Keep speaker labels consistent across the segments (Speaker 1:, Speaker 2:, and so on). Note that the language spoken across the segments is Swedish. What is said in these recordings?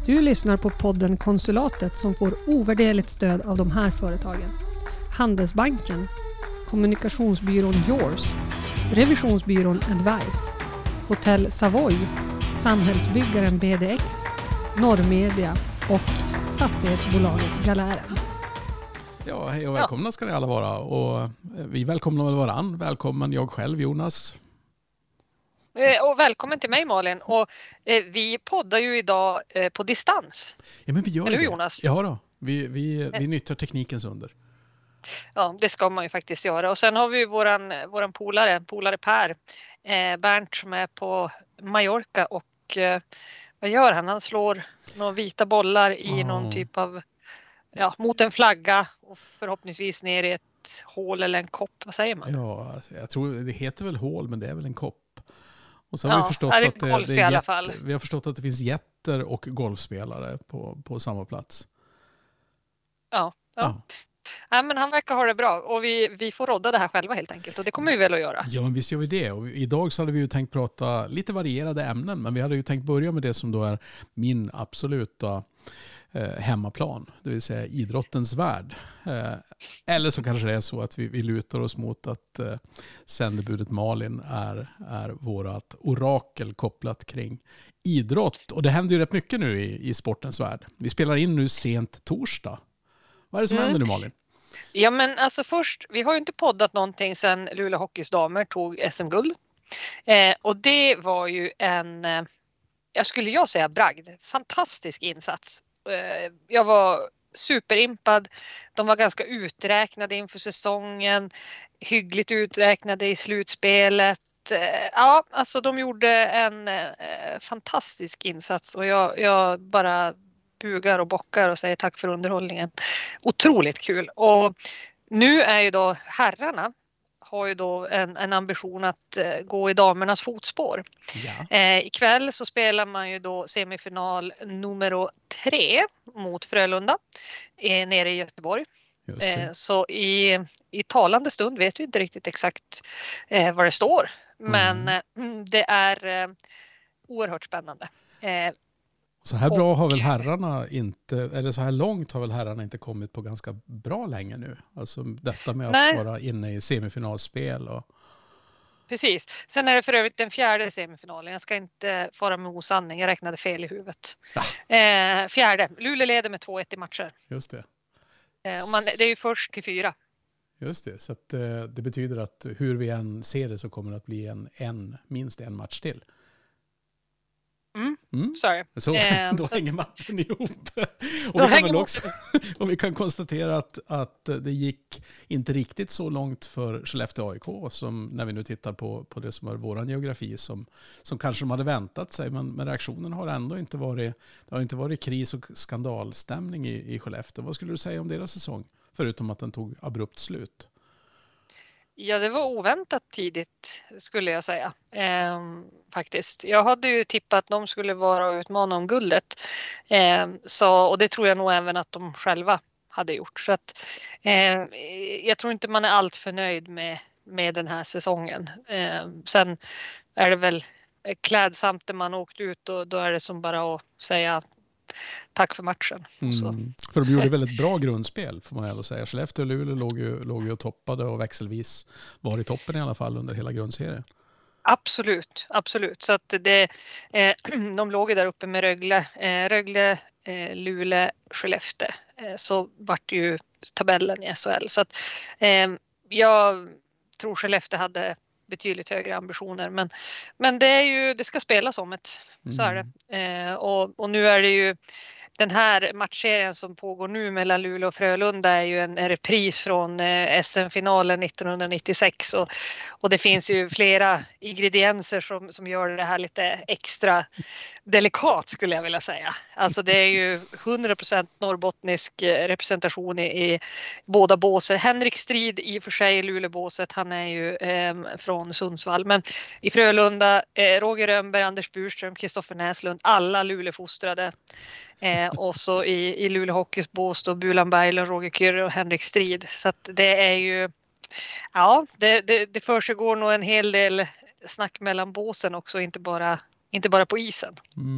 Speaker 1: Du lyssnar på podden Konsulatet som får ovärderligt stöd av de här företagen. Handelsbanken, kommunikationsbyrån Yours, revisionsbyrån Advice, Hotell Savoy, samhällsbyggaren BDX, Norrmedia och fastighetsbolaget Galären.
Speaker 2: Ja, hej och välkomna ska ni alla vara. Och vi välkomnar väl varann. Välkommen jag själv, Jonas.
Speaker 3: Och välkommen till mig, Malin. Och vi poddar ju idag på distans.
Speaker 2: Ja, men vi gör
Speaker 3: Eller hur,
Speaker 2: det.
Speaker 3: Jonas?
Speaker 2: Ja då, vi nyttjar teknikens under.
Speaker 3: Ja, det ska man ju faktiskt göra. Och sen har vi våran polare Per, Bernt, som är på Mallorca. Och vad gör han? Han slår några vita bollar i någon typ av, mot en flagga och förhoppningsvis ner i ett hål eller en kopp. Vad säger man?
Speaker 2: Ja, jag tror det heter väl hål, men det är väl en kopp. Och så har vi förstått att
Speaker 3: det i alla fall.
Speaker 2: Vi har förstått att det finns jätter och golfspelare på samma plats.
Speaker 3: Ja. Nej, men han verkar ha det bra och vi får rodda det här själva helt enkelt, och det kommer vi väl att göra.
Speaker 2: Ja, men visst gör vi det. Och idag så hade vi ju tänkt prata lite varierade ämnen, men vi hade ju tänkt börja med det som då är min absoluta hemmaplan, det vill säga idrottens värld. Eller så kanske det är så att vi lutar oss mot att sändebudet Malin är vårat orakel kopplat kring idrott. Och det händer ju rätt mycket nu i sportens värld. Vi spelar in nu sent torsdag. Vad är det som händer nu, Malin?
Speaker 3: Ja, men alltså först, vi har ju inte poddat någonting sedan Luleå Hockeys damer tog SM-guld. Och det var ju jag säga bragd. Fantastisk insats. Jag var superimpad. De var ganska uträknade inför säsongen. Hyggligt uträknade i slutspelet. Ja, alltså de gjorde en fantastisk insats och jag bara bugar och bockar och säger tack för underhållningen. Otroligt kul. Och nu är ju då herrarna har ju då en ambition att gå i damernas fotspår. Ja. Ikväll så spelar man ju då semifinal nummer 3 mot Frölunda nere i Göteborg. Så i talande stund vet vi inte riktigt exakt vad det står. Men det är oerhört spännande.
Speaker 2: Så här bra har väl herrarna inte, eller så här långt har väl herrarna inte kommit på ganska bra länge nu. Alltså detta med att vara inne i semifinalspel.
Speaker 3: Precis. Sen är det för övrigt den 4:e semifinalen. Jag ska inte fara med osanning. Jag räknade fel i huvudet. 4:e. Luleå leder med 2-1 i matcher.
Speaker 2: Just det.
Speaker 3: Det är ju först till 4.
Speaker 2: Just det. Så att, det betyder att hur vi än ser det så kommer det att bli minst en match till.
Speaker 3: Sorry.
Speaker 2: Så då hänger matchen ihop. Och vi kan konstatera att det gick inte riktigt så långt för Skellefteå AIK som när vi nu tittar på det som är våran geografi som kanske de hade väntat sig, men reaktionen har ändå inte varit, det har inte varit kris- och skandalstämning i Skellefteå. Vad skulle du säga om deras säsong förutom att den tog abrupt slut?
Speaker 3: Ja, det var oväntat tidigt skulle jag säga. Faktiskt. Jag hade ju tippat att de skulle vara och utmana om guldet. Och det tror jag nog även att de själva hade gjort. Så att, jag tror inte man är allt för nöjd med den här säsongen. Sen är det väl klädsamt när man åkt ut och då är det som bara att säga tack för matchen.
Speaker 2: För de gjorde väldigt bra grundspel får man ändå säga. Skellefteå och Luleå låg ju och toppade och växelvis var i toppen i alla fall under hela grundserien.
Speaker 3: Absolut. Så att de låg där uppe med Rögle, Luleå, Skellefteå. Så vart ju tabellen i SHL. Så att jag tror Skellefteå hade betydligt högre ambitioner, men det ska spelas om så är det. Och nu är det ju den här matchserien som pågår nu mellan Luleå och Frölunda är ju en repris från SM-finalen 1996 och det finns ju flera ingredienser som gör det här lite extra delikat skulle jag vilja säga. Alltså det är ju 100% norrbottnisk representation i båda båsen. Henrik Strid i och för sig i Luleåbåset, han är ju från Sundsvall, men i Frölunda Roger Rönnberg, Anders Burström, Kristoffer Näslund, alla Luleåfostrade. Och så i Luleå Hockeys bås då Bulan Berglund, Roger Kyrre och Henrik Strid. Så att det är ju, det försiggår nog en hel del snack mellan båsen också, inte bara på isen.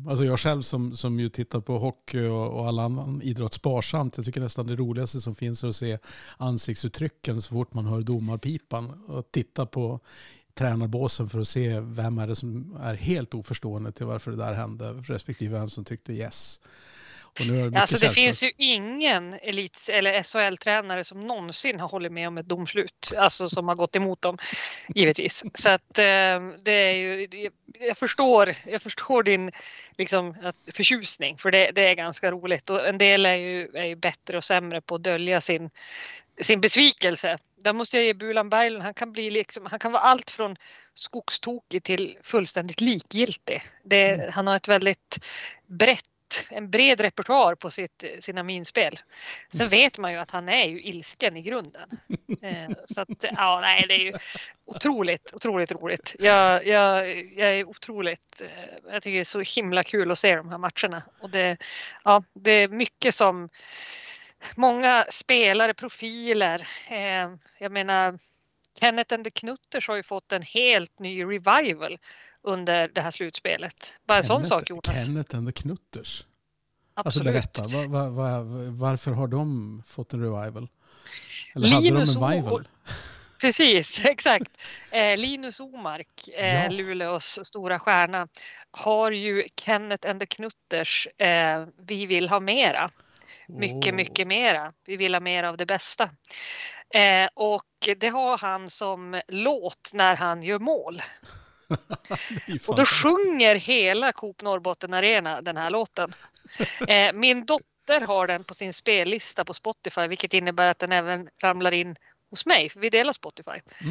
Speaker 2: Alltså jag själv som ju tittar på hockey och all annan idrott sparsamt. Jag tycker nästan det roligaste som finns är att se ansiktsuttrycken så fort man hör domarpipan och titta på tränarbåsen för att se vem är det som är helt oförstående till varför det där hände, respektive vem som tyckte yes. Och nu
Speaker 3: alltså det finns ju ingen eller SHL-tränare som någonsin har hållit med om ett domslut, alltså som har gått emot dem, givetvis. Så att det är ju, jag förstår din liksom förtjusning, för det är ganska roligt, och en del är ju bättre och sämre på att dölja sin besvikelse. Där måste jag ge Bulan Berglund, han kan vara allt från skogstokig till fullständigt likgiltig. Han har ett väldigt en bred repertoar på sina minspel. Sen vet man ju att han är ju ilsken i grunden. Så att, ja, nej, det är ju otroligt roligt. Jag är otroligt, jag tycker det är så himla kul att se de här matcherna. Och det är mycket som många spelare, profiler. Jag menar, Kenneth and the Knutters har ju fått en helt ny revival under det här slutspelet. Bara en sån sak, Jonas.
Speaker 2: Kenneth and the Knutters?
Speaker 3: Absolut.
Speaker 2: Alltså berätta, varför har de fått en revival? Eller hade de en revival?
Speaker 3: Precis, exakt. Linus Omark, Luleås stora stjärna, har ju Kenneth and the Knutters Vi vill ha mera. Mycket mera. Vi vill ha mer av det bästa. Och det har han som låt när han gör mål. Och då sjunger hela Coop Norrbotten Arena den här låten. Min dotter har den på sin spellista på Spotify, vilket innebär att den även ramlar in hos mig, för vi delar Spotify.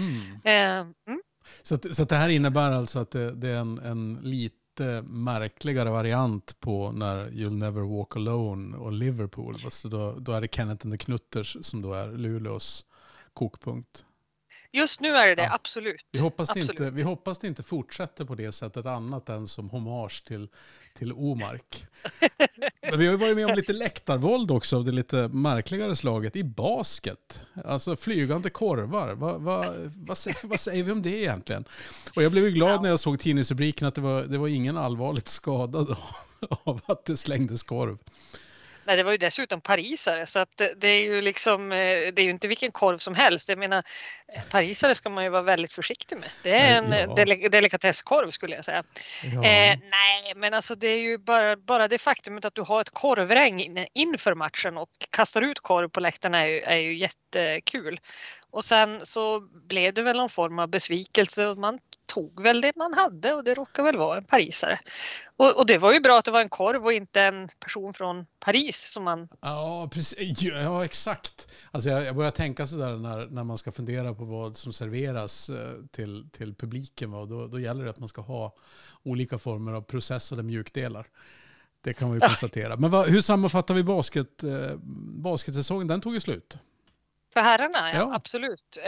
Speaker 2: Så det här innebär alltså att det är en lite märkligare variant på när You'll Never Walk Alone och Liverpool. Så då är det Kenneth and the Knutters som då är Luleås kokpunkt.
Speaker 3: Just nu är det absolut.
Speaker 2: Vi hoppas det inte fortsätter på det sättet annat än som hommage till Omark. Men vi har ju varit med om lite läktarvåld också av det lite märkligare slaget i basket. Alltså flygande korvar. Vad säger vi om det egentligen? Och jag blev ju glad när jag såg tidningsrubriken att det var ingen allvarligt skadad av att det slängdes korv.
Speaker 3: Nej, det var ju dessutom parisare, så att det är ju liksom, det är ju inte vilken korv som helst. Jag menar, parisare ska man ju vara väldigt försiktig med. Det är en delikatesskorv, skulle jag säga.
Speaker 2: Ja.
Speaker 3: Nej, men alltså det är ju bara det faktumet att du har ett korvregn inför matchen och kastar ut korv på läktarna är ju jättekul. Och sen så blev det väl någon form av besvikelse och man tog väl det man hade, och det råkar väl vara en parisare. Och det var ju bra att det var en korv och inte en person från Paris som man...
Speaker 2: Ja, precis. Ja, exakt. Alltså jag börjar tänka sådär när man ska fundera på vad som serveras till publiken. Då gäller det att man ska ha olika former av processade mjukdelar. Det kan man ju konstatera. Men hur sammanfattar vi basketsäsongen? Den tog ju slut.
Speaker 3: För herrarna, ja, absolut.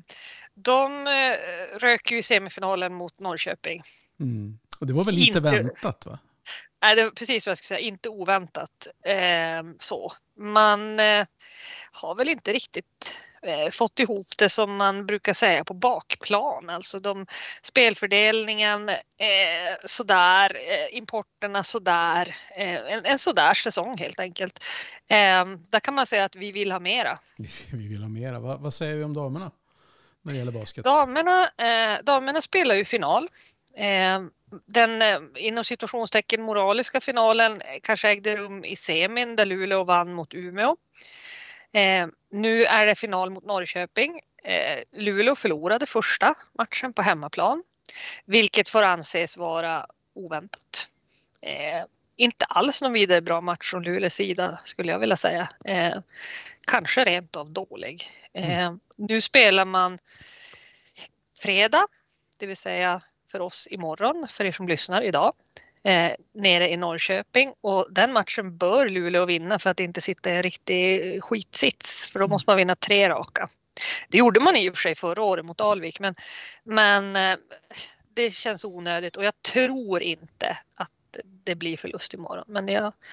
Speaker 3: De rök ju i semifinalen mot Norrköping.
Speaker 2: Och det var väl lite väntat, va?
Speaker 3: Nej, det var precis vad jag skulle säga. Inte oväntat. Så. Man har väl inte riktigt fått ihop det som man brukar säga på bakplan. Alltså spelfördelningen sådär, importerna sådär. En sådär säsong helt enkelt. Där kan man säga att vi vill ha mera.
Speaker 2: Vi vill ha mera. Vad säger vi om damerna när det gäller basket?
Speaker 3: Damerna spelar ju final. Den inom situationstecken moraliska finalen kanske ägde rum i semin där Luleå vann mot Umeå. Nu är det final mot Norrköping. Luleå förlorade första matchen på hemmaplan, vilket får anses vara oväntat. Inte alls någon vidare bra match från Luleås sida, skulle jag vilja säga. Kanske rent av dålig. Nu spelar man fredag, det vill säga för oss imorgon, för er som lyssnar idag, nere i Norrköping, och den matchen bör Luleå vinna för att inte sitta i en riktig skitsits, för då måste man vinna 3 raka. Det gjorde man i och för sig förra året mot Alvik, men det känns onödigt och jag tror inte att det blir förlust imorgon, men jag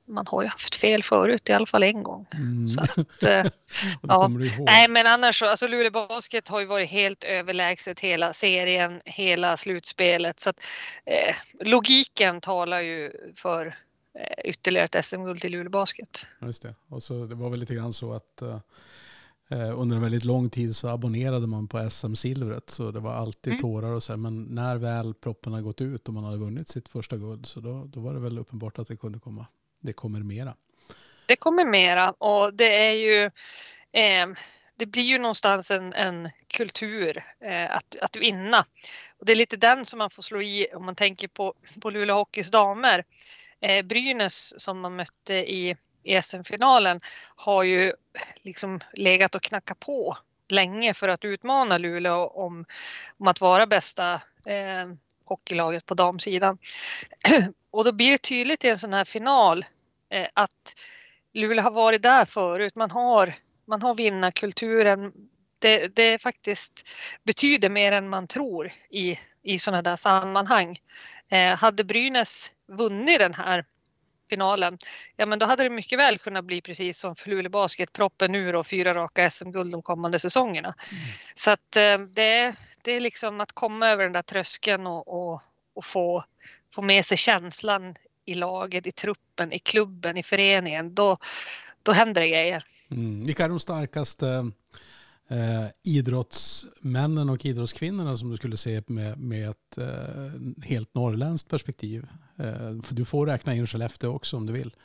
Speaker 3: man har ju haft fel förut, i alla fall en gång. Så att,
Speaker 2: ja.
Speaker 3: Nej, men annars så, alltså Luleå Basket har ju varit helt överlägset hela serien, hela slutspelet. Så att logiken talar ju för ytterligare ett SM-guld till Luleå Basket.
Speaker 2: Just det. Och så det var väl lite grann så att under en väldigt lång tid så abonnerade man på SM-silvret, så det var alltid tårar och så här. Men när väl proppen har gått ut och man hade vunnit sitt första guld, så då var det väl uppenbart att det kunde komma. Det kommer mera. Det
Speaker 3: kommer mera, och det är ju det blir ju någonstans en kultur att vinna. Och det är lite den som man får slå i om man tänker på Luleå Hockeys damer. Brynäs som man mötte i SM-finalen har ju liksom legat och knackat på länge för att utmana Luleå om att vara bästa hockeylaget på damsidan. Och då blir det tydligt i en sån här final att Luleå har varit där förut. Man har vinnarkulturen. Det faktiskt betyder mer än man tror i sådana där sammanhang. Hade Brynäs vunnit den här finalen, ja men då hade det mycket väl kunnat bli precis som för Luleå Basket, proppen ur och 4 raka SM-guld de kommande säsongerna. Så att det är liksom att komma över den där tröskeln och få med sig känslan i laget, i truppen, i klubben, i föreningen. Då händer det grejer.
Speaker 2: Vilka är de starkaste idrottsmännen och idrottskvinnorna som du skulle se med ett helt norrländskt perspektiv? För du får räkna in Skellefteå också om du vill.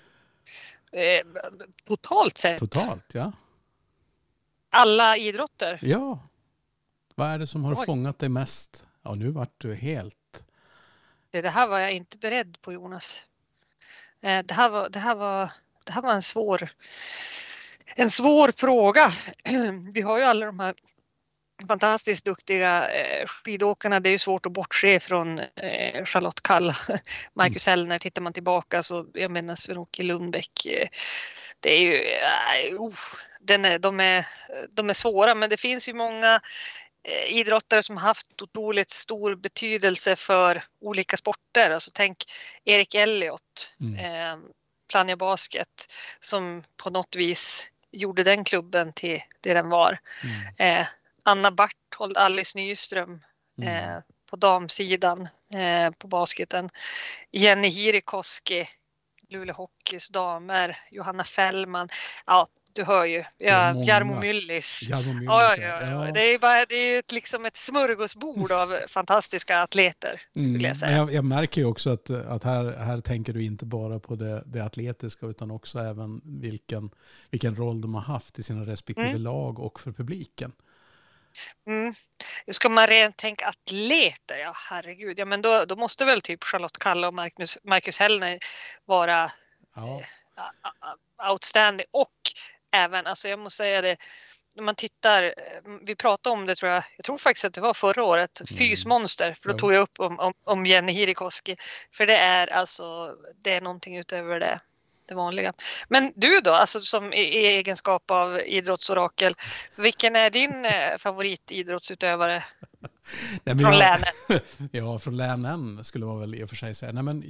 Speaker 3: Totalt sett?
Speaker 2: Totalt, ja.
Speaker 3: Alla idrotter?
Speaker 2: Ja. Vad är det som har fångat dig mest? Ja, nu vart du helt...
Speaker 3: Det här var jag inte beredd på, Jonas. Det här var en svår fråga. Vi har ju alla de här fantastiskt duktiga skidåkarna. Det är ju svårt att bortse från Charlotte Kalla, Marcus Hellner. Tittar man tillbaka så, jag menar Sven-Åke Lundbäck. Det är ju, de är svåra, men det finns ju många idrottare som har haft otroligt stor betydelse för olika sporter. Alltså tänk Erik Elliott, Plannja Basket, som på något vis gjorde den klubben till det den var. Anna Barthold, Alice Nyström på damsidan på basketen. Jenny Hirikoski, Luleå Hockeys damer, Johanna Fällman. Ja, du hör ju. Jarmo Myllys. Ja. Det är liksom ett smörgåsbord av fantastiska atleter, skulle jag säga.
Speaker 2: Jag märker ju också att här tänker du inte bara på det atletiska, utan också även vilken roll de har haft i sina respektive lag och för publiken.
Speaker 3: Ska man rent tänka atleter, ja herregud, ja men då måste väl typ Charlotte Kalla och Marcus Hellner vara outstanding. Och även, alltså jag måste säga det, när man tittar, vi pratade om det jag tror faktiskt att det var förra året, Fysmonster, för då tog jag upp om Jenny Hirikoski, för det är någonting utöver det vanliga. Men du då, alltså som i egenskap av idrottsorakel, vilken är din favoritidrottsutövare från länet?
Speaker 2: Ja, från länen skulle man väl i och för sig säga. Nej, men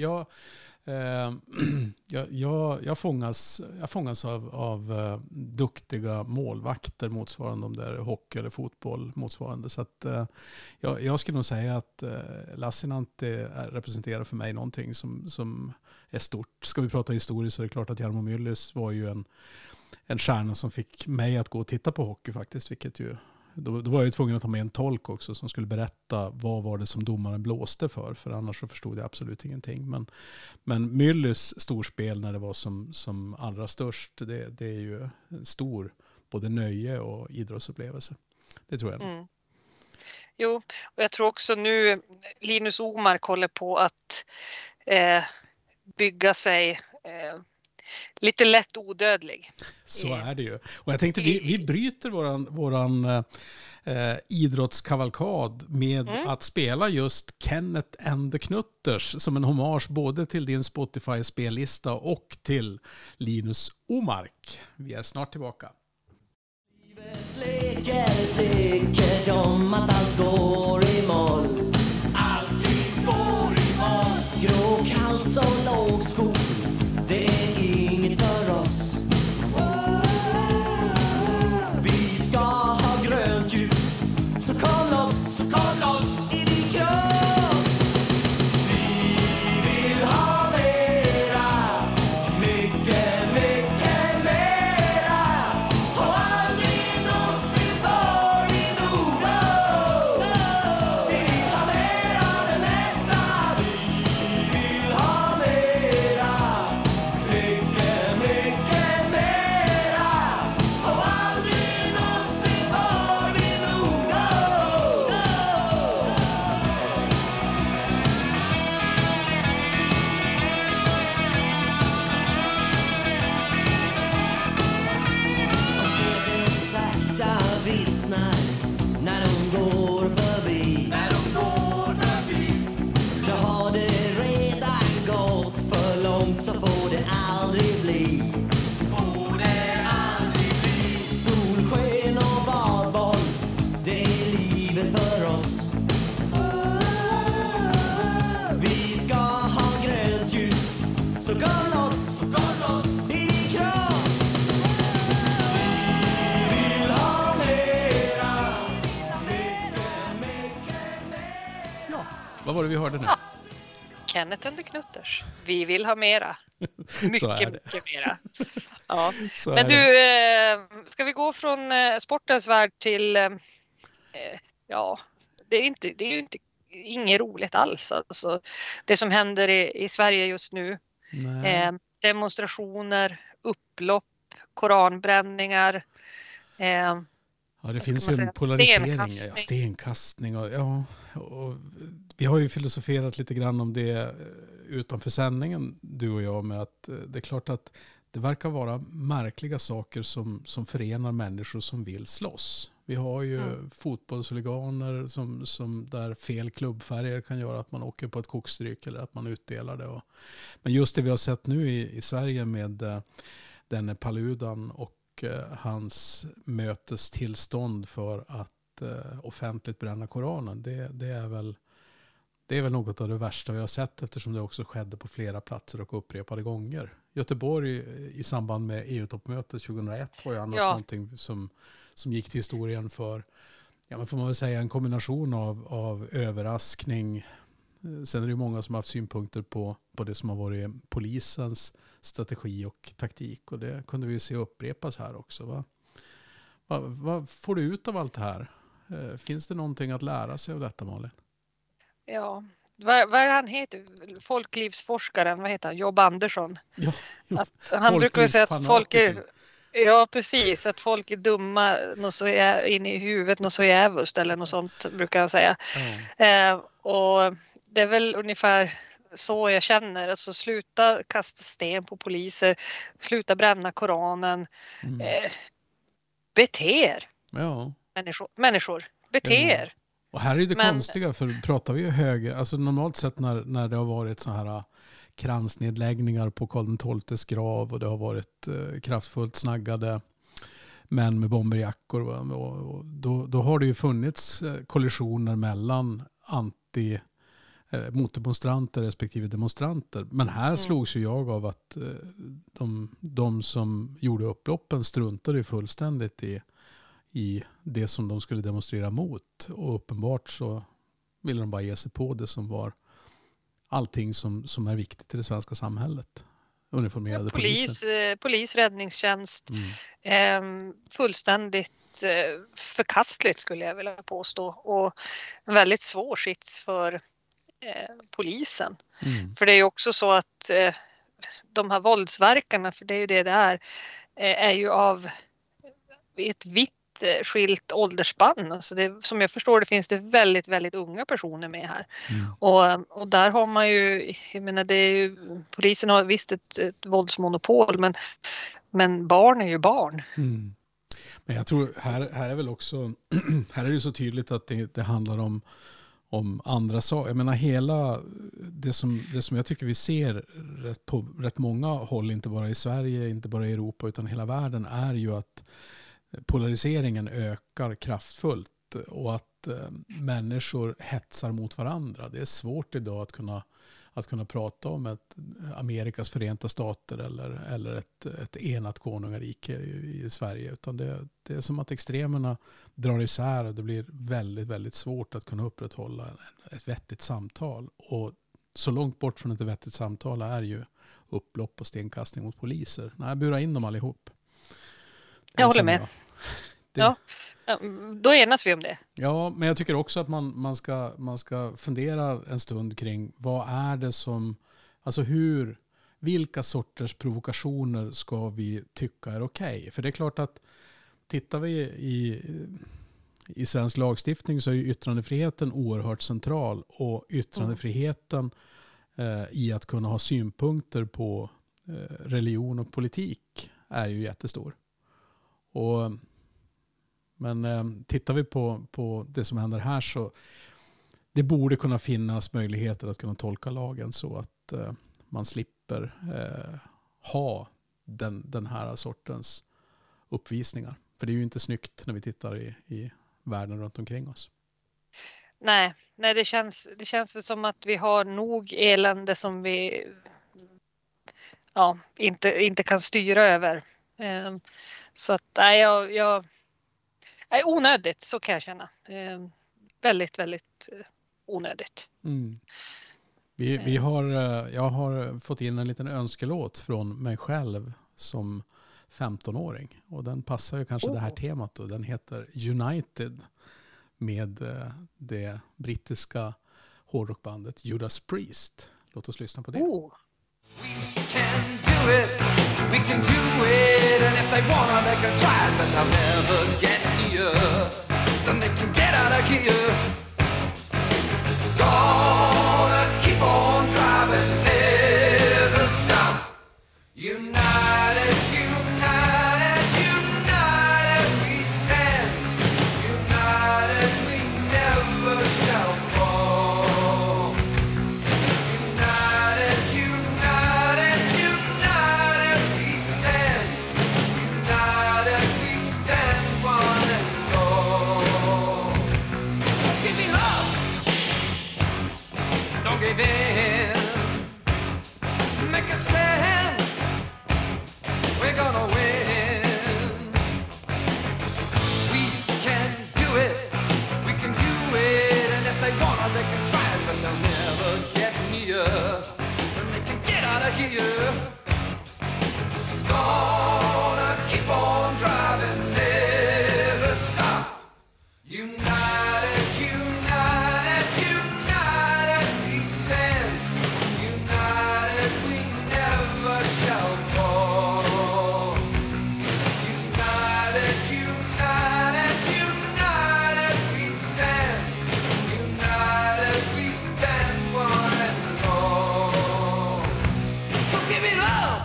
Speaker 2: jag fångas av duktiga målvakter motsvarande om det är hockey eller fotboll motsvarande. Så att jag skulle nog säga att Lassinantti representerar för mig någonting som är stort. Ska vi prata historiskt så är det klart att Jarmo Myllys var ju en stjärna som fick mig att gå och titta på hockey faktiskt, vilket ju då var jag ju tvungen att ha med en tolk också som skulle berätta vad var det som domaren blåste för annars så förstod jag absolut ingenting. Men Myllys storspel när det var som allra störst, det är ju en stor både nöje och idrottsupplevelse. Det tror jag.
Speaker 3: Jo, och jag tror också nu Linus Omark håller på att bygga sig lite lätt odödlig.
Speaker 2: Så är det ju. Och jag tänkte vi bryter våran idrottskavalkad med att spela just Kenneth and the Knutters som en hommage både till din Spotify-spellista och till Linus Omark. Vi är snart tillbaka.
Speaker 4: Tycker de att allt går i moll. Allting går i moll. Grå, kallt och låg skog. Det är tänkt så får det aldrig bli. Solsken och badboll, det är livet för oss. Vi ska ha grönt ljus, så gå loss i din kross. Vi vill ha mera, mycket mer.
Speaker 2: Vad var det vi hörde nu?
Speaker 3: Kenneth and the Knutters. Vi vill ha mera.
Speaker 2: Så är
Speaker 3: Mycket,
Speaker 2: det.
Speaker 3: mycket mera. Ja.
Speaker 2: Så
Speaker 3: Men
Speaker 2: är
Speaker 3: du,
Speaker 2: det.
Speaker 3: ska vi gå från sportens värld till... ja, det är ju inte inget roligt alls. Alltså, det som händer i Sverige just nu.
Speaker 2: Nej.
Speaker 3: Demonstrationer, upplopp, koranbränningar.
Speaker 2: Ja, det
Speaker 3: vad
Speaker 2: finns
Speaker 3: ska
Speaker 2: ju
Speaker 3: man
Speaker 2: en
Speaker 3: säga?
Speaker 2: polarisering.
Speaker 3: Stenkastning.
Speaker 2: Stenkastning. Och vi har ju filosoferat lite grann om det utanför sändningen, du och jag, med att det är klart att det verkar vara märkliga saker som förenar människor som vill slåss. Vi har ju fotbollshuliganer som där fel klubbfärger kan göra att man åker på ett kokstryk eller att man utdelar det. Men just det vi har sett nu i Sverige med denne Paludan och hans mötestillstånd för att offentligt bränna Koranen, det är väl något av det värsta vi har sett, eftersom det också skedde på flera platser och upprepade gånger. Göteborg i samband med EU-toppmötet 2001 var ju annars någonting som gick till historien för, ja, men får man väl säga, en kombination av överraskning. Sen är det ju många som har haft synpunkter på det som har varit polisens strategi och taktik, och det kunde vi ju se upprepas här också. Va? Vad får du ut av allt det här? Finns det någonting att lära sig av detta, Malin?
Speaker 3: Ja, vad är han heter? Folklivsforskaren, vad heter han? Jobb Andersson.
Speaker 2: Ja,
Speaker 3: Han brukar ju säga att folk är... Ja, precis. Att folk är dumma något så är in i huvudet, något så jävligt eller något sånt brukar han säga. Och det är väl ungefär så jag känner. Alltså sluta kasta sten på poliser, sluta bränna Koranen. Bete er.
Speaker 2: Ja.
Speaker 3: Människor, bete er.
Speaker 2: Och här är det konstiga, för pratar vi ju höger, alltså normalt sett när det har varit så här kransnedläggningar på Karl XIIs grav och det har varit kraftfullt snaggade män med bomberjackor, och då har det ju funnits kollisioner mellan motdemonstranter respektive demonstranter. Men här slogs ju jag av att de som gjorde upploppen struntade fullständigt i det som de skulle demonstrera mot, och uppenbart så ville de bara ge sig på det som var allting som är viktigt i det svenska samhället. Uniformerade poliser.
Speaker 3: Polis, räddningstjänst. Fullständigt förkastligt skulle jag vilja påstå, och en väldigt svår sits för polisen. För det är ju också så att de här våldsverkarna, för det är ju det är ju av ett vitt skilt åldersspann. Alltså som jag förstår det finns det väldigt, väldigt unga personer med här. Och där har man ju, jag menar, det är ju, polisen har visst ett våldsmonopol, men barn är ju barn.
Speaker 2: Men jag tror här är väl också här är det så tydligt att det handlar om andra saker. Jag menar, hela det som jag tycker vi ser på rätt många håll, inte bara i Sverige, inte bara i Europa utan hela världen, är ju att polariseringen ökar kraftfullt och att människor hetsar mot varandra. Det är svårt idag att kunna prata om ett Amerikas förenta stater eller ett enat konungarike i Sverige, utan det är som att extremerna drar isär och det blir väldigt, väldigt svårt att kunna upprätthålla ett vettigt samtal. Och så långt bort från ett vettigt samtal är ju upplopp och stenkastning mot poliser. Nej, bura in dem allihop.
Speaker 3: Jag håller med. Ja, då enas vi om det.
Speaker 2: Ja, men jag tycker också att man ska fundera en stund kring vad är det som, alltså vilka sorters provokationer ska vi tycka är okej? För det är klart att tittar vi i svensk lagstiftning så är ju yttrandefriheten oerhört central, och yttrandefriheten i att kunna ha synpunkter på religion och politik är ju jättestor. Men tittar vi på det som händer här, så det borde kunna finnas möjligheter att kunna tolka lagen så att man slipper ha den här sortens uppvisningar. För det är ju inte snyggt när vi tittar i världen runt omkring oss.
Speaker 3: Nej, det känns väl som att vi har nog elände som vi inte kan styra över. Så att jag är onödigt, så kan jag känna. Väldigt, väldigt onödigt.
Speaker 2: Mm. Jag har fått in en liten önskelåt från mig själv som 15-åring. Och den passar ju kanske det här temat. Och den heter United med det brittiska hårdrockbandet Judas Priest. Låt oss lyssna på det.
Speaker 4: We can do it, and if they wanna, they can try it, but they'll never get near. Then they can get out of here. Gonna keep on driving, never stop. United, united, united we stand. United we never shall fall. United, united, united we stand. United we stand, one and all. So give me love, don't give in. Make a stand, we're gonna win. We can do it, we can do it, and if they wanna, they can try it, but they'll never get near. And they can get out of here. Gonna keep on driving, never stop. United, united, united we stand. United we never shall fall. United, united, united we stand. United we stand, one and all. So give me love.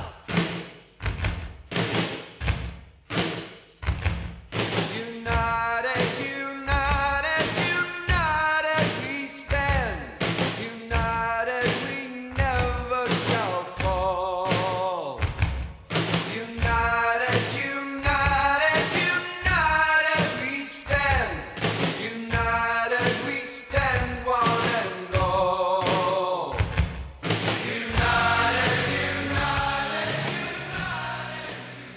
Speaker 4: United, united, united we stand. United we never shall fall. United, united, united we stand. United we stand, one and all. United, united, united we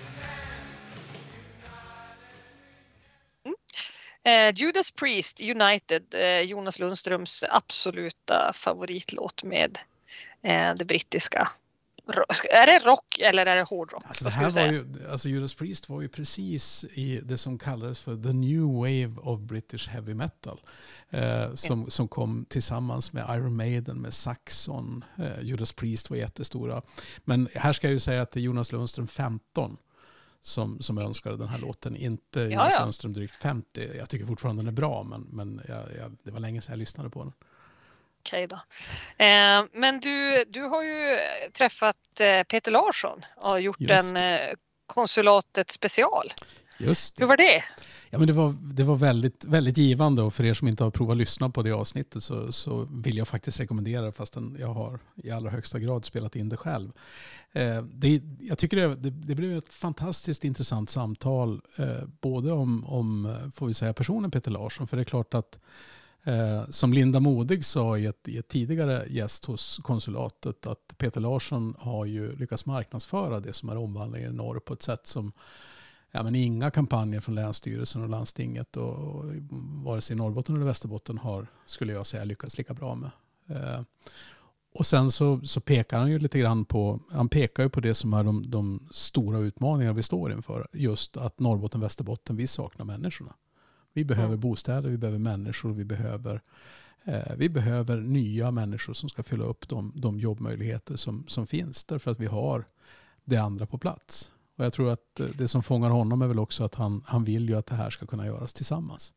Speaker 4: stand.
Speaker 3: Judas Priest, United, Jonas Lundströms absoluta favoritlåt med det brittiska. Är det rock eller är det hårdrock?
Speaker 2: Alltså det här var ju, alltså Judas Priest var ju precis i det som kallades för the new wave of British heavy metal. Som kom tillsammans med Iron Maiden, med Saxon. Judas Priest var jättestora. Men här ska jag ju säga att det är Jonas Lundström 15 som önskade den här låten. Inte Jonas Lundström drygt 50. Jag tycker fortfarande den är bra, men det var länge sedan jag lyssnade på den.
Speaker 3: Okej då. Men du har ju träffat Peter Larsson och gjort en konsulatet special.
Speaker 2: Just det.
Speaker 3: Hur var det?
Speaker 2: Ja, men det var väldigt, väldigt givande, och för er som inte har provat att lyssna på det avsnittet så vill jag faktiskt rekommendera det, fastän jag har i allra högsta grad spelat in det själv. Jag tycker det blev ett fantastiskt intressant samtal, både om får vi säga, personen Peter Larsson, för det är klart att som Linda Modig sa i ett tidigare gäst hos konsulatet, att Peter Larsson har ju lyckats marknadsföra det som är omvandlingen i norr på ett sätt som inga kampanjer från Länsstyrelsen och landstinget och vare sig Norrbotten eller Västerbotten har, skulle jag säga, lyckats lika bra med. Och sen så pekar han ju lite grann på, han pekar ju på det som är de stora utmaningar vi står inför. Just att Norrbotten och Västerbotten, vi saknar människorna. Vi behöver bostäder, vi behöver människor, vi behöver nya människor som ska fylla upp de jobbmöjligheter som finns, därför att vi har det andra på plats. Och jag tror att det som fångar honom är väl också att han vill ju att det här ska kunna göras tillsammans.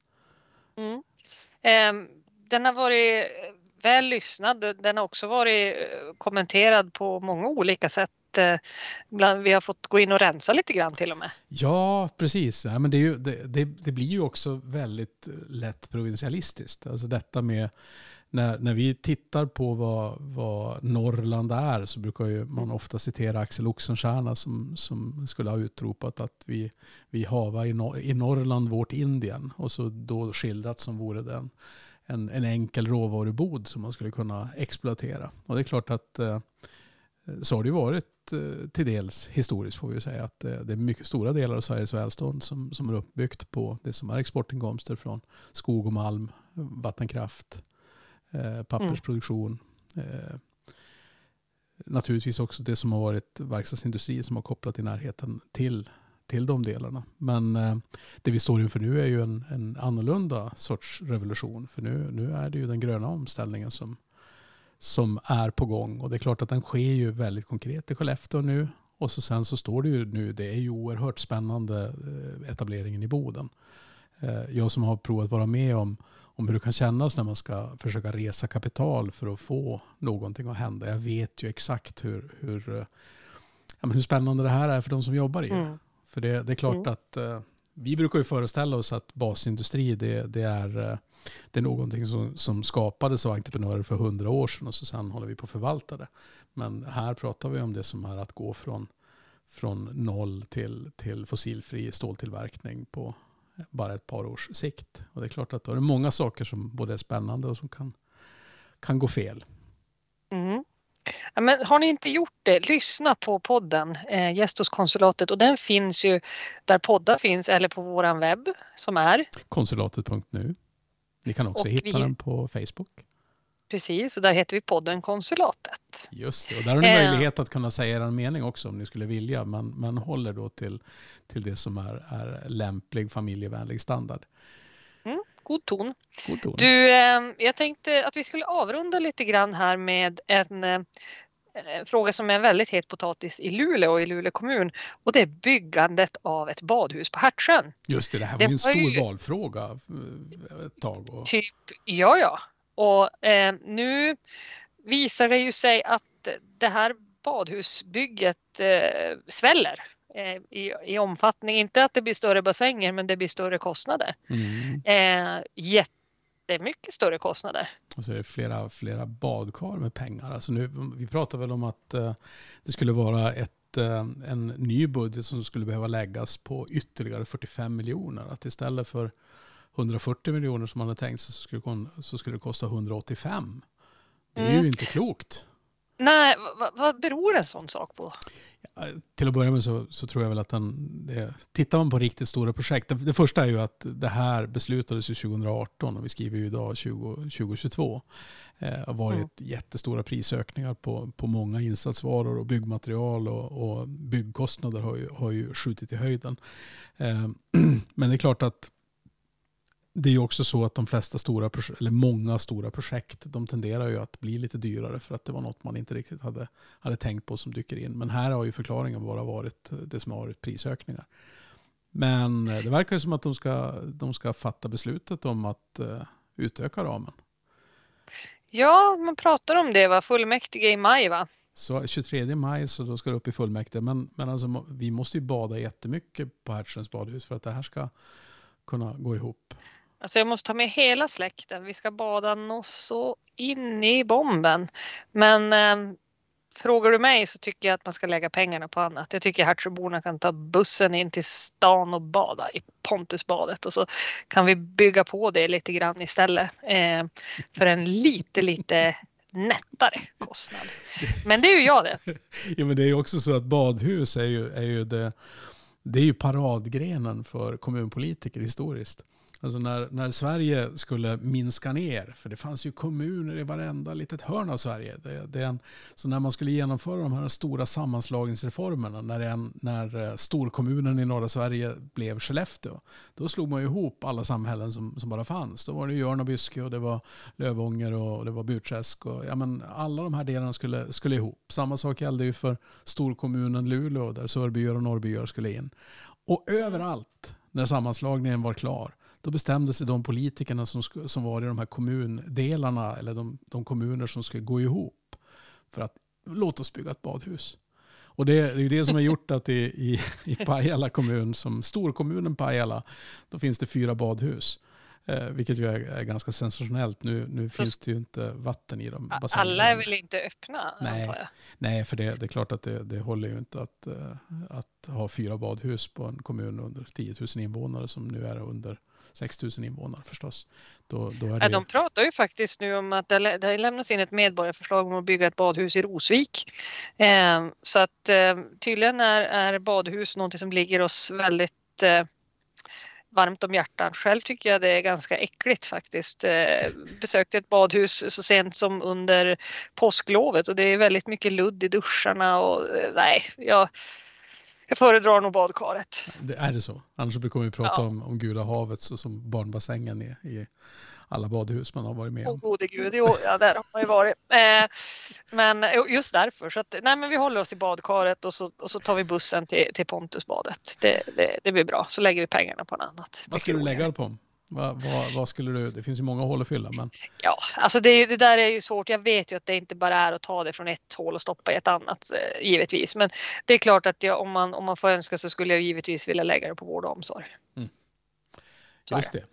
Speaker 3: Den har varit väl lyssnad. Den har också varit kommenterad på många olika sätt. Vi har fått gå in och rensa lite grann till och med.
Speaker 2: Ja, precis. Ja, men det blir ju också väldigt lätt provinsialistiskt. Alltså detta med när vi tittar på vad Norrland är, så brukar ju man ofta citera Axel Oxenstierna som skulle ha utropat att vi hava i Norrland vårt Indien, och så då skildrat som vore det en enkel råvarubod som man skulle kunna exploatera. Och det är klart att så har det varit till dels historiskt, får vi säga, att det är mycket stora delar av Sveriges välstånd som är uppbyggt på det som är exportinkomster från skog och malm, vattenkraft, pappersproduktion. Naturligtvis också det som har varit verkstadsindustri som har kopplat i närheten till de delarna. Men det vi står inför nu är ju en annorlunda sorts revolution. För nu är det ju den gröna omställningen som är på gång. Och det är klart att den sker ju väldigt konkret i Skellefteå nu. Och sen så står det ju nu, det är ju oerhört spännande etableringen i Boden. Jag som har provat vara med om hur det kan kännas när man ska försöka resa kapital för att få någonting att hända. Jag vet ju exakt hur spännande det här är för de som jobbar i det. För det är klart att vi brukar ju föreställa oss att basindustri det är någonting som skapades av entreprenörer för 100 år sedan, och så sen håller vi på att förvalta det. Men här pratar vi om det som är att gå från noll till fossilfri ståltillverkning på bara ett par års sikt. Och det är klart att då är det många saker som både är spännande och som kan gå fel.
Speaker 3: Ja, men har ni inte gjort det, lyssna på podden Gäst hos konsulatet, och den finns ju där poddar finns eller på våran webb som är
Speaker 2: konsulatet.nu. Ni kan också hitta den på Facebook.
Speaker 3: Precis, och där heter vi podden Konsulatet.
Speaker 2: Just det, och där har ni möjlighet att kunna säga en mening också om ni skulle vilja, men håller då till det som är lämplig familjevänlig standard.
Speaker 3: God ton.
Speaker 2: God ton.
Speaker 3: Du, jag tänkte att vi skulle avrunda lite grann här med en fråga som är en väldigt het potatis i Luleå och i Luleå kommun, och det är byggandet av ett badhus på Hertsön.
Speaker 2: Just det, här var ju en stor valfråga ett tag. Och...
Speaker 3: Typ, ja. Och nu visar det ju sig att det här badhusbygget sväller i omfattning. Inte att det blir större bassänger, men det blir större kostnader. Jättemycket större kostnader.
Speaker 2: Alltså det är flera badkar med pengar. Alltså nu, vi pratar väl om att det skulle vara en ny budget som skulle behöva läggas på ytterligare 45 miljoner. Att istället för 140 miljoner som man hade tänkt sig så skulle det kosta 185. Det är ju inte klokt.
Speaker 3: Nej, vad beror en sån sak på?
Speaker 2: Ja, till att börja med så tror jag väl att tittar man på riktigt stora projekt. Det första är ju att det här beslutades 2018 och vi skriver ju idag 2022. Det har varit jättestora prisökningar på många insatsvaror och byggmaterial och byggkostnader har ju skjutit i höjden. Men det är klart att det är ju också så att de flesta många stora projekt, de tenderar ju att bli lite dyrare för att det var något man inte riktigt hade tänkt på som dyker in. Men här har ju förklaringen bara varit det som har varit prisökningar. Men det verkar ju som att de ska fatta beslutet om att utöka ramen.
Speaker 3: Ja, man pratar om det, fullmäktige i maj va?
Speaker 2: Så 23 maj så då ska det upp i fullmäktige. Men alltså, vi måste ju bada jättemycket på Hertsöns badhus för att det här ska kunna gå ihop.
Speaker 3: Alltså jag måste ta med hela släkten. Vi ska bada något så in i bomben. Men frågar du mig så tycker jag att man ska lägga pengarna på annat. Jag tycker Hertsöborna kan ta bussen in till stan och bada i Pontusbadet. Och så kan vi bygga på det lite grann istället. För en lite nättare kostnad. Men det är ju jag det.
Speaker 2: Ja, men det är ju också så att badhus är ju det är ju paradgrenen för kommunpolitiker historiskt. Alltså när Sverige skulle minska ner, för det fanns ju kommuner i varenda litet hörn av Sverige. Så när man skulle genomföra de här stora sammanslagningsreformerna, när storkommunen i norra Sverige blev Skellefteå, då slog man ju ihop alla samhällen som bara fanns. Då var det Jörn och Byske och det var Lövånger och det var Burträsk. Och, alla de här delarna skulle ihop. Samma sak gällde ju för storkommunen Luleå där Sörbyar och Norrbyar skulle in. Och överallt när sammanslagningen var klar, då bestämde sig de politikerna som var i de här kommundelarna eller de kommuner som skulle gå ihop för att låt oss bygga ett badhus. Och det är ju det som har gjort att i Pajala kommun, som storkommunen Pajala, då finns det 4 badhus. Vilket ju är ganska sensationellt. Nu finns det ju inte vatten i dem.
Speaker 3: Alla är väl inte öppna,
Speaker 2: nej,
Speaker 3: antar jag?
Speaker 2: Nej, för det är klart att det håller ju inte att ha 4 badhus på en kommun under 10 000 invånare som nu är under 6 000 invånare förstås. Då är det...
Speaker 3: De pratar ju faktiskt nu om att det lämnas in ett medborgarförslag om att bygga ett badhus i Rosvik. Så att tydligen är badhus någonting som ligger oss väldigt varmt om hjärtan. Själv tycker jag det är ganska äckligt faktiskt. Besökte ett badhus så sent som under påsklovet och det är väldigt mycket ludd i duscharna och nej, jag föredrar nog badkaret.
Speaker 2: Det är det så. Annars brukar vi prata om Gula havet så som barnbassängen i alla badhus man har varit med om.
Speaker 3: Åh gode gud, jo, ja, där har man ju varit. Men just därför. Så att, nej, men vi håller oss i badkaret och så tar vi bussen till Pontusbadet. Det blir bra. Så lägger vi pengarna på något annat.
Speaker 2: Vad ska du lägga det på? Vad skulle du? Det finns ju många hål att fylla. Men...
Speaker 3: Ja, alltså det där är ju svårt. Jag vet ju att det inte bara är att ta det från ett hål och stoppa i ett annat, givetvis. Men det är klart att om man får önska så skulle jag givetvis vilja lägga det på vård och omsorg.
Speaker 2: Mm. Just det.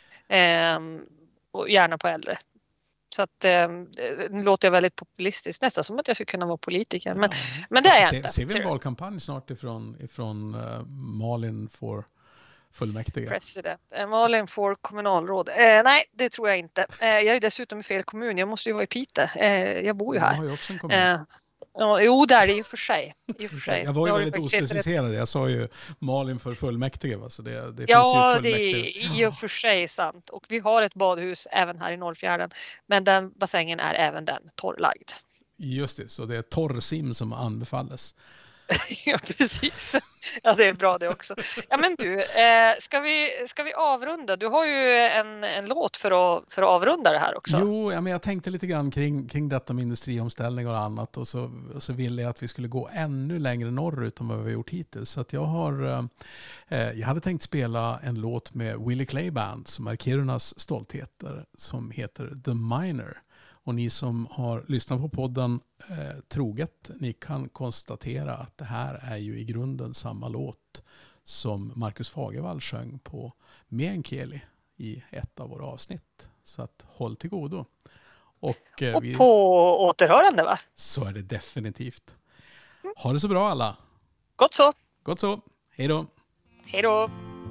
Speaker 3: Och gärna på äldre. Så att nu låter jag väldigt populistisk. Nästan som att jag skulle kunna vara politiker. Men det är jag inte.
Speaker 2: Ser vi en valkampanj snart ifrån Malin för fullmäktige?
Speaker 3: President. Malin får kommunalråd. Nej, det tror jag inte. Jag är dessutom i fel kommun. Jag måste ju vara i Piteå. Jag bor ju här.
Speaker 2: Jag har ju också en kommun.
Speaker 3: Jo, där är det i och för sig.
Speaker 2: Jag var ju väldigt ospecificerad. Jag sa ju Malin för fullmäktige. Va? Så det finns ju
Speaker 3: fullmäktige. Det är i och för sig sant. Och vi har ett badhus även här i Norrfjärden. Men den bassängen är även den torrlagd.
Speaker 2: Just det, så det är torrsim som anbefalles.
Speaker 3: Ja, precis. Ja, det är bra det också. Ja, men du, ska vi avrunda? Du har ju en låt för att avrunda det här också.
Speaker 2: Jo, men jag tänkte lite grann kring detta med industriomställning och annat. Och så ville jag att vi skulle gå ännu längre norrut än vad vi har gjort hittills. Så att jag hade tänkt spela en låt med Willie Clay Band som är Kirunas stoltheter som heter The Miner. Och ni som har lyssnat på podden troget, ni kan konstatera att det här är ju i grunden samma låt som Marcus Fagervall sjöng på Meänkieli i ett av våra avsnitt. Så att håll till godo. Och
Speaker 3: på återhörande, va?
Speaker 2: Så är det definitivt. Ha det så bra alla.
Speaker 3: Gott så.
Speaker 2: Gott så. Hej då.
Speaker 3: Hej då.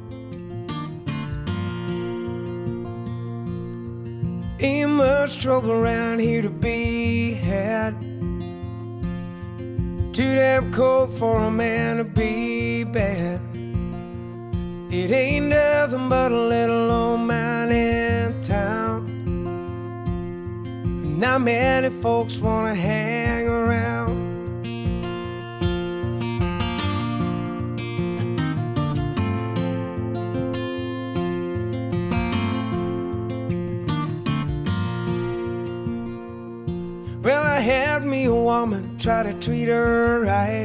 Speaker 5: Ain't much trouble around here to be had. Too damn cold for a man to be bad. It ain't nothing but a little old mining town. Not many folks wanna hang around. Well, I had me a woman, try to treat her right,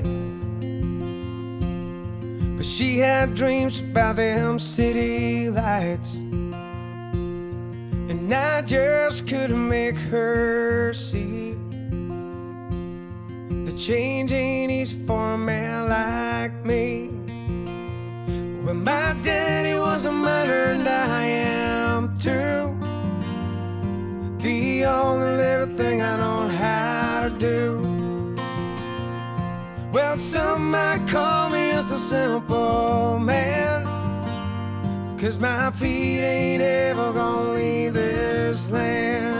Speaker 5: but she had dreams about them city lights, and I just couldn't make her see the change ain't easy for a man like me. Well, my daddy was a miner and I am too. The only little thing I know how to do, well, some might call me just a simple man, 'cause my feet ain't ever gonna leave this land.